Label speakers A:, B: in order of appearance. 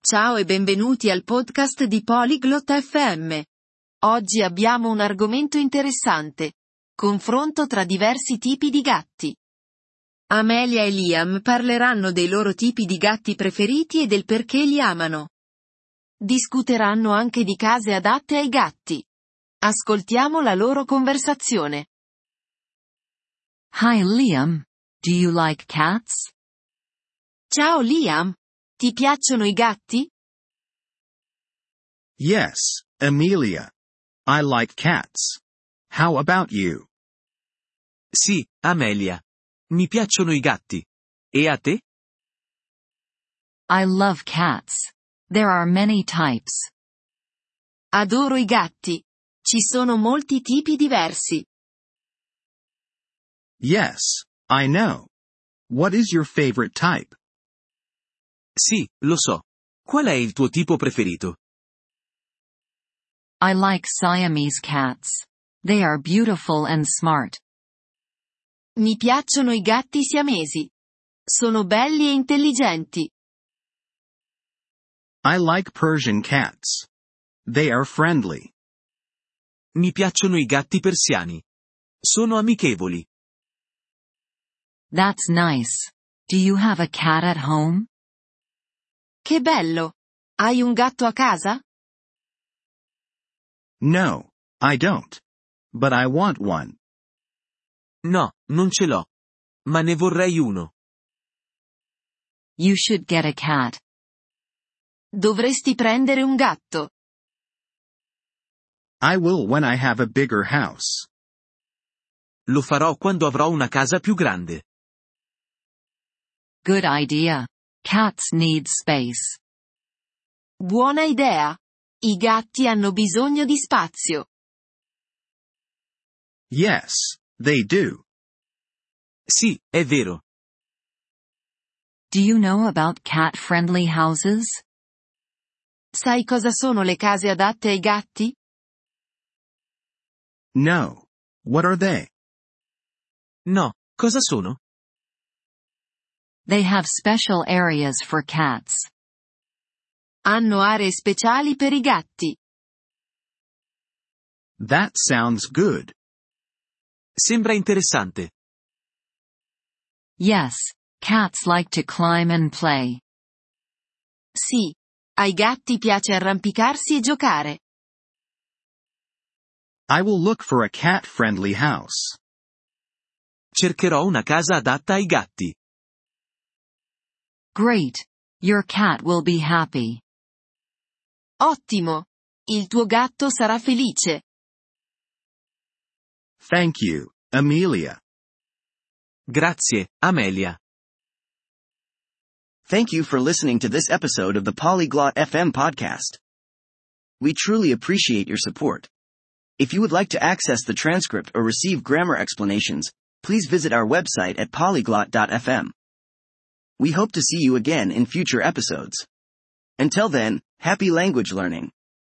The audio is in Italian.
A: Ciao e benvenuti al podcast di Polyglot FM. Oggi abbiamo un argomento interessante. Confronto tra diversi tipi di gatti. Amelia e Liam parleranno dei loro tipi di gatti preferiti e del perché li amano. Discuteranno anche di case adatte ai gatti. Ascoltiamo la loro conversazione.
B: Hi Liam, do you like cats?
A: Ciao Liam. Ti piacciono i gatti?
C: Yes, Amelia. I like cats. How about you?
D: Sì, Amelia. Mi piacciono i gatti. E a te?
B: I love cats. There are many types.
A: Adoro i gatti. Ci sono molti tipi diversi.
C: Yes, I know. What is your favorite type?
D: Sì, lo so. Qual è il tuo tipo preferito?
B: I like Siamese cats. They are beautiful and smart.
A: Mi piacciono i gatti siamesi. Sono belli e intelligenti.
C: I like Persian cats. They are friendly.
D: Mi piacciono i gatti persiani. Sono amichevoli.
B: That's nice. Do you have a cat at home?
A: Che bello! Hai un gatto a casa?
C: No, I don't. But I want one.
D: No, non ce l'ho. Ma ne vorrei uno.
B: You should get a cat.
A: Dovresti prendere un gatto.
C: I will when I have a bigger house.
D: Lo farò quando avrò una casa più grande.
B: Good idea. Cats need space.
A: Buona idea. I gatti hanno bisogno di spazio.
C: Yes, they do.
D: Sì, è vero.
B: Do you know about cat-friendly houses?
A: Sai cosa sono le case adatte ai gatti?
C: No. What are they?
D: No, cosa sono?
B: They have special areas for cats.
A: Hanno aree speciali per i gatti.
C: That sounds good.
D: Sembra interessante.
B: Yes, cats like to climb and play.
A: Sì. Ai gatti piace arrampicarsi e giocare.
C: I will look for a cat-friendly house.
D: Cercherò una casa adatta ai gatti.
B: Great. Your cat will be happy.
A: Ottimo! Il tuo gatto sarà felice.
C: Thank you, Amelia.
D: Grazie, Amelia.
E: Thank you for listening to this episode of the Polyglot FM podcast. We truly appreciate your support. If you would like to access the transcript or receive grammar explanations, please visit our website at polyglot.fm. We hope to see you again in future episodes. Until then, happy language learning.